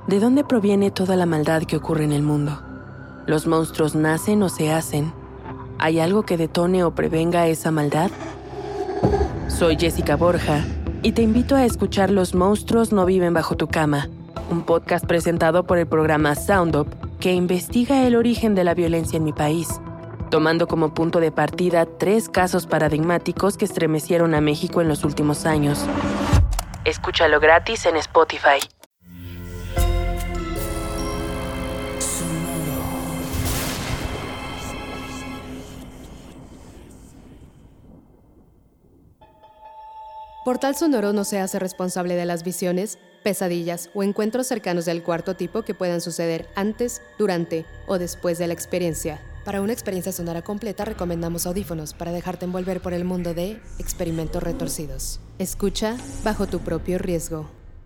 ¿De dónde proviene toda la maldad que ocurre en el mundo? ¿Los monstruos nacen o se hacen? ¿Hay algo que detone o prevenga esa maldad? Soy Jessica Borja y te invito a escuchar Los monstruos no viven bajo tu cama, un podcast presentado por el programa Sound Up que investiga el origen de la violencia en mi país, tomando como punto de partida 3 casos paradigmáticos que estremecieron a México en los últimos años. Escúchalo gratis en Spotify. Portal Sonoro no se hace responsable de las visiones, pesadillas o encuentros cercanos del cuarto tipo que puedan suceder antes, durante o después de la experiencia. Para una experiencia sonora completa recomendamos audífonos para dejarte envolver por el mundo de experimentos retorcidos. Escucha bajo tu propio riesgo.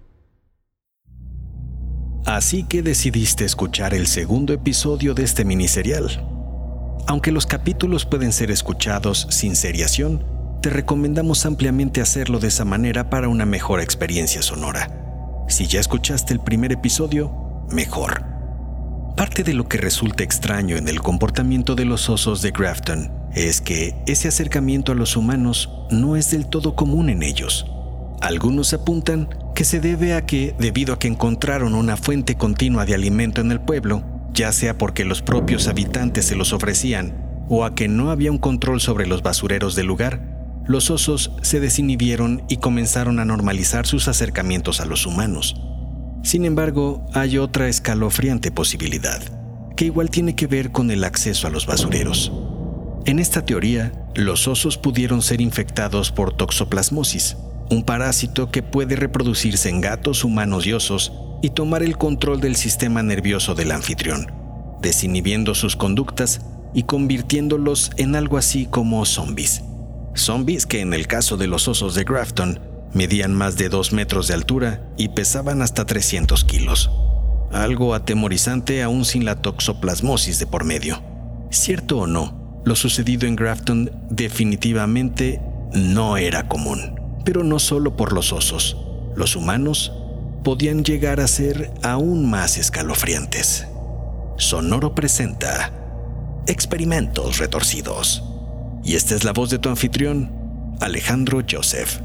Así que decidiste escuchar el segundo episodio de este miniserial. Aunque los capítulos pueden ser escuchados sin seriación, te recomendamos ampliamente hacerlo de esa manera para una mejor experiencia sonora. Si ya escuchaste el primer episodio, mejor. Parte de lo que resulta extraño en el comportamiento de los osos de Grafton es que ese acercamiento a los humanos no es del todo común en ellos. Algunos apuntan que se debe a que, debido a que encontraron una fuente continua de alimento en el pueblo, ya sea porque los propios habitantes se los ofrecían o a que no había un control sobre los basureros del lugar, los osos se desinhibieron y comenzaron a normalizar sus acercamientos a los humanos. Sin embargo, hay otra escalofriante posibilidad, que igual tiene que ver con el acceso a los basureros. En esta teoría, los osos pudieron ser infectados por toxoplasmosis, un parásito que puede reproducirse en gatos, humanos y osos y tomar el control del sistema nervioso del anfitrión, desinhibiendo sus conductas y convirtiéndolos en algo así como zombies. Zombies que en el caso de los osos de Grafton medían más de 2 metros de altura y pesaban hasta 300 kilos. Algo atemorizante aún sin la toxoplasmosis de por medio. Cierto o no, lo sucedido en Grafton definitivamente no era común. Pero no solo por los osos. Los humanos podían llegar a ser aún más escalofriantes. Sonoro presenta Experimentos Retorcidos. Y esta es la voz de tu anfitrión, Alejandro Joseph.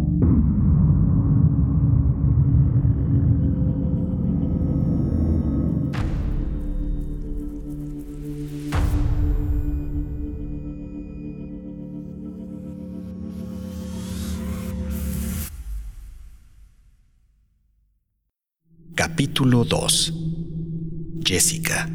Capítulo 2. Jessica.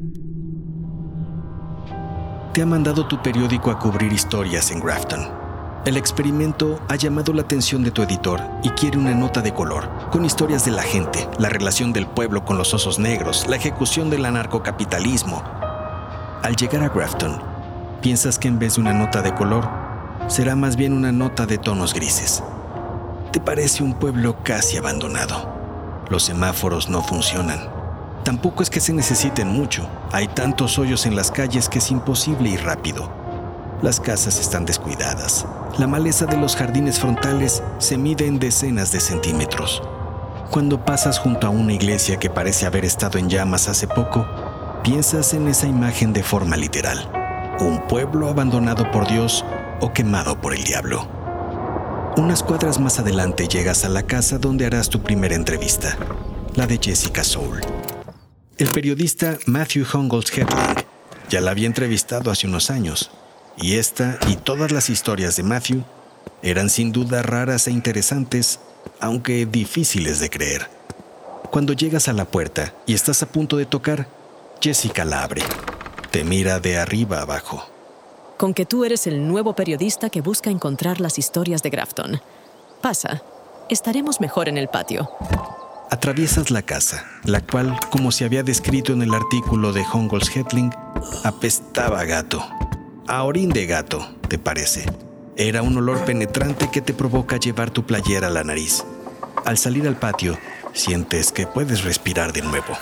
Te ha mandado tu periódico a cubrir historias en Grafton. El experimento ha llamado la atención de tu editor y quiere una nota de color, con historias de la gente, la relación del pueblo con los osos negros, la ejecución del anarcocapitalismo. Al llegar a Grafton, piensas que en vez de una nota de color, será más bien una nota de tonos grises. Te parece un pueblo casi abandonado. Los semáforos no funcionan. Tampoco es que se necesiten mucho. Hay tantos hoyos en las calles que es imposible ir rápido. Las casas están descuidadas. La maleza de los jardines frontales se mide en decenas de centímetros. Cuando pasas junto a una iglesia que parece haber estado en llamas hace poco, piensas en esa imagen de forma literal. Un pueblo abandonado por Dios o quemado por el diablo. Unas cuadras más adelante llegas a la casa donde harás tu primera entrevista, la de Jessica Soule. El periodista Matthew Hongles Hetling ya la había entrevistado hace unos años, y esta y todas las historias de Matthew eran sin duda raras e interesantes, aunque difíciles de creer. Cuando llegas a la puerta y estás a punto de tocar, Jessica la abre. Te mira de arriba a abajo. Con que tú eres el nuevo periodista que busca encontrar las historias de Grafton. Pasa, estaremos mejor en el patio. Atraviesas la casa, la cual, como se había descrito en el artículo de Hongles Hetling, apestaba a gato. A orín de gato, ¿te parece? Era un olor penetrante que te provoca llevar tu playera a la nariz. Al salir al patio, sientes que puedes respirar de nuevo.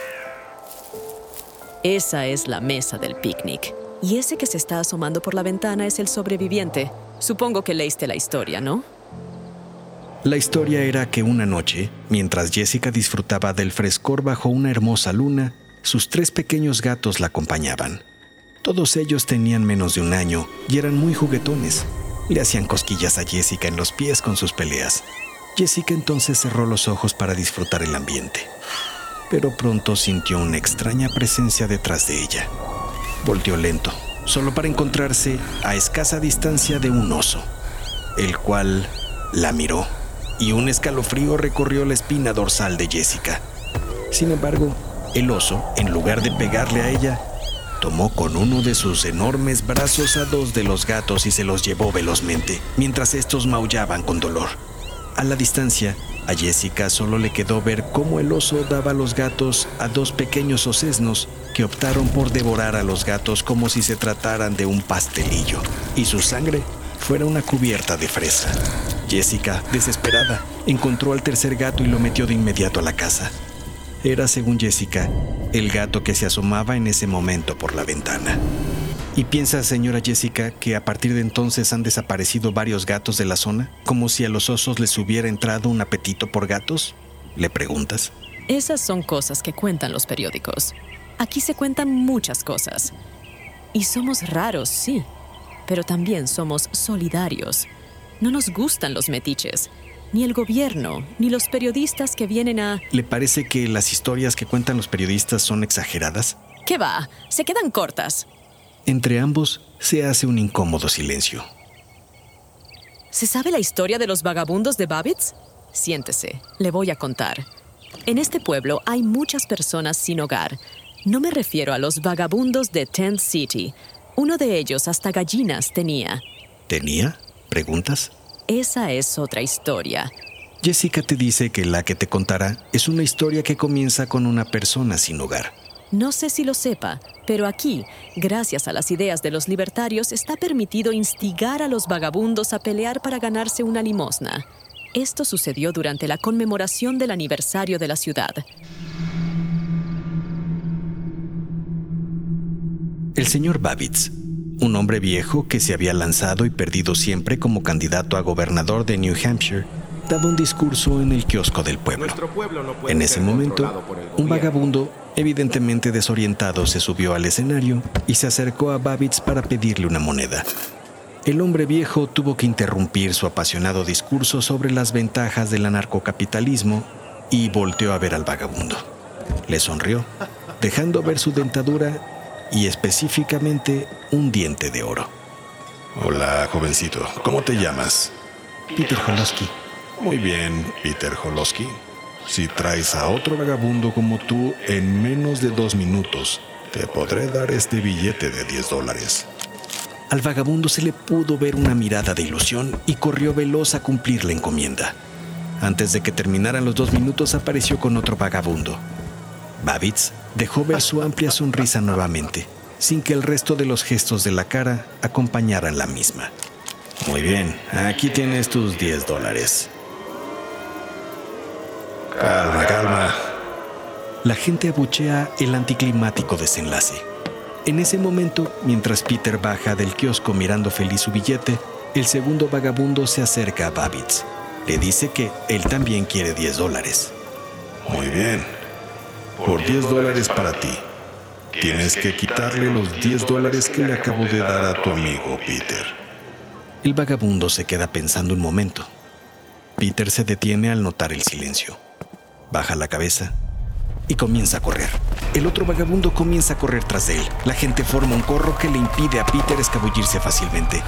Esa es la mesa del picnic. Y ese que se está asomando por la ventana es el sobreviviente. Supongo que leíste la historia, ¿no? La historia era que una noche, mientras Jessica disfrutaba del frescor bajo una hermosa luna, sus 3 pequeños gatos la acompañaban. Todos ellos tenían menos de 1 año y eran muy juguetones. Le hacían cosquillas a Jessica en los pies con sus peleas. Jessica entonces cerró los ojos para disfrutar el ambiente. Pero pronto sintió una extraña presencia detrás de ella. Volteó lento, solo para encontrarse a escasa distancia de un oso, el cual la miró, y un escalofrío recorrió la espina dorsal de Jessica. Sin embargo, el oso, en lugar de pegarle a ella, tomó con uno de sus enormes brazos a 2 de los gatos y se los llevó velozmente, mientras estos maullaban con dolor. A la distancia, a Jessica solo le quedó ver cómo el oso daba a los gatos a 2 pequeños osesnos que optaron por devorar a los gatos como si se trataran de un pastelillo, y su sangre fuera una cubierta de fresa. Jessica, desesperada, encontró al tercer gato y lo metió de inmediato a la casa. Era, según Jessica, el gato que se asomaba en ese momento por la ventana. ¿Y piensa, señora Jessica, que a partir de entonces han desaparecido varios gatos de la zona? ¿Como si a los osos les hubiera entrado un apetito por gatos? ¿Le preguntas? Esas son cosas que cuentan los periódicos. Aquí se cuentan muchas cosas. Y somos raros, sí, pero también somos solidarios. No nos gustan los metiches, ni el gobierno, ni los periodistas que vienen a... ¿Le parece que las historias que cuentan los periodistas son exageradas? ¿Qué va? Se quedan cortas. Entre ambos se hace un incómodo silencio. ¿Se sabe la historia de los vagabundos de Babbitts? Siéntese, le voy a contar. En este pueblo hay muchas personas sin hogar. No me refiero a los vagabundos de Tent City. Uno de ellos hasta gallinas tenía. ¿Tenía? ¿Preguntas? Esa es otra historia. Jessica te dice que la que te contará es una historia que comienza con una persona sin hogar. No sé si lo sepa, pero aquí, gracias a las ideas de los libertarios, está permitido instigar a los vagabundos a pelear para ganarse una limosna. Esto sucedió durante la conmemoración del aniversario de la ciudad. El señor Babbitts, un hombre viejo que se había lanzado y perdido siempre como candidato a gobernador de New Hampshire, daba un discurso en el kiosco del pueblo. En ese momento, un vagabundo, evidentemente desorientado, se subió al escenario y se acercó a Babbitts para pedirle una moneda. El hombre viejo tuvo que interrumpir su apasionado discurso sobre las ventajas del anarcocapitalismo y volteó a ver al vagabundo. Le sonrió, dejando ver su dentadura y específicamente un diente de oro. Hola, jovencito. ¿Cómo te llamas? Peter Holosky. Muy bien, Peter Holosky. Si traes a otro vagabundo como tú en menos de 2 minutos, te podré dar este billete de $10. Al vagabundo se le pudo ver una mirada de ilusión y corrió veloz a cumplir la encomienda. Antes de que terminaran los 2 minutos, apareció con otro vagabundo. Babbitts dejó ver su amplia sonrisa nuevamente, sin que el resto de los gestos de la cara acompañaran la misma. Muy bien, aquí tienes tus $10. Calma, calma. La gente abuchea el anticlimático desenlace. En ese momento, mientras Peter baja del kiosco mirando feliz su billete, el segundo vagabundo se acerca a Babbitts. Le dice que él también quiere $10. Muy bien. Por $10 para ti. Tienes que quitarle los $10 que le acabo de dar a tu amigo Peter. El vagabundo se queda pensando un momento. Peter se detiene al notar el silencio. Baja la cabeza y comienza a correr. El otro vagabundo comienza a correr tras de él. La gente forma un corro que le impide a Peter escabullirse fácilmente.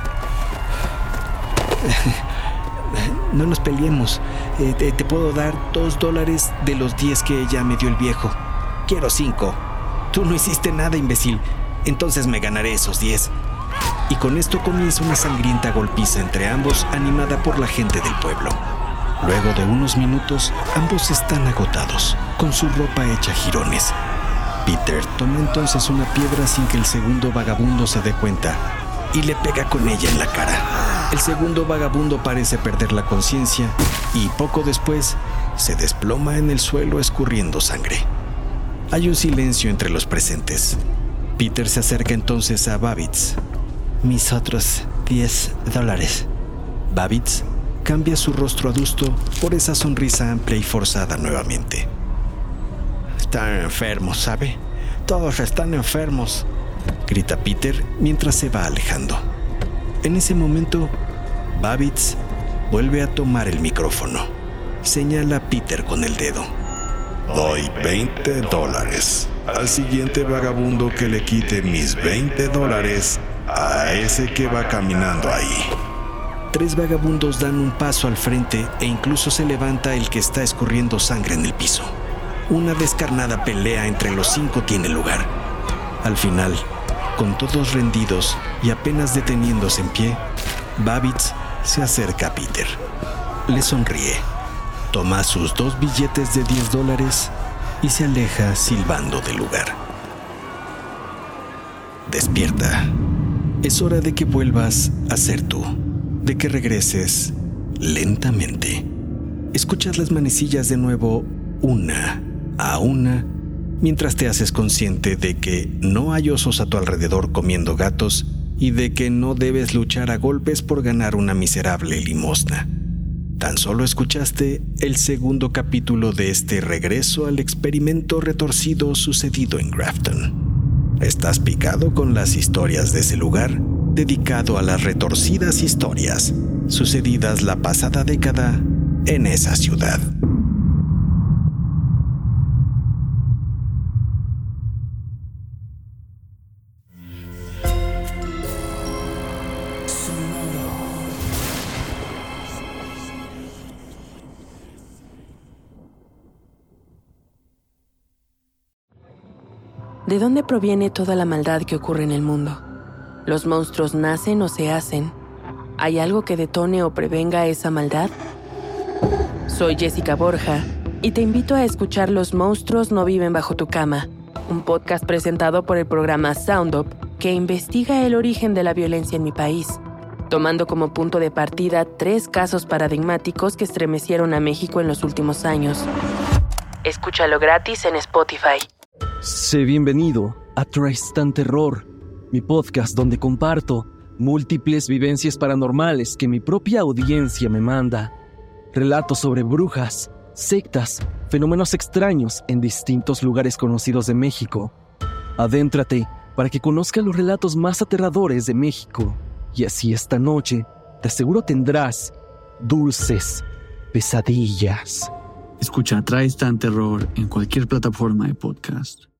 No nos peleemos. Te puedo dar $2 de los 10 que ella me dio el viejo. Quiero 5. Tú no hiciste nada, imbécil. Entonces me ganaré esos 10. Y con esto comienza una sangrienta golpiza entre ambos, animada por la gente del pueblo. Luego de unos minutos, ambos están agotados, con su ropa hecha jirones. Peter toma entonces una piedra sin que el segundo vagabundo se dé cuenta y le pega con ella en la cara. El segundo vagabundo parece perder la conciencia y poco después se desploma en el suelo escurriendo sangre. Hay un silencio entre los presentes. Peter se acerca entonces a Babbitts. Mis otros $10. Babbitts cambia su rostro adusto por esa sonrisa amplia y forzada nuevamente. Están enfermos, ¿sabe? Todos están enfermos, grita Peter mientras se va alejando. En ese momento, Babbitts vuelve a tomar el micrófono. Señala a Peter con el dedo. Doy $20 al siguiente vagabundo que le quite mis $20 a ese que va caminando ahí. 3 vagabundos dan un paso al frente e incluso se levanta el que está escurriendo sangre en el piso. Una descarnada pelea entre los 5 tiene lugar. Al final, con todos rendidos y apenas deteniéndose en pie, Babbitts se acerca a Peter. Le sonríe, toma sus 2 billetes de $10 y se aleja silbando del lugar. Despierta. Es hora de que vuelvas a ser tú, de que regreses lentamente. Escuchas las manecillas de nuevo una a una mientras te haces consciente de que no hay osos a tu alrededor comiendo gatos y de que no debes luchar a golpes por ganar una miserable limosna. Tan solo escuchaste el segundo capítulo de este regreso al experimento retorcido sucedido en Grafton. Estás picado con las historias de ese lugar, dedicado a las retorcidas historias sucedidas la pasada década en esa ciudad. ¿De dónde proviene toda la maldad que ocurre en el mundo? ¿Los monstruos nacen o se hacen? ¿Hay algo que detone o prevenga esa maldad? Soy Jessica Borja y te invito a escuchar Los monstruos no viven bajo tu cama, un podcast presentado por el programa Sound Up que investiga el origen de la violencia en mi país, tomando como punto de partida 3 casos paradigmáticos que estremecieron a México en los últimos años. Escúchalo gratis en Spotify. Sé bienvenido a Tristan Terror, mi podcast donde comparto múltiples vivencias paranormales que mi propia audiencia me manda. Relatos sobre brujas, sectas, fenómenos extraños en distintos lugares conocidos de México. Adéntrate para que conozcas los relatos más aterradores de México. Y así esta noche, te aseguro tendrás dulces pesadillas. Escucha Tristan Terror en cualquier plataforma de podcast.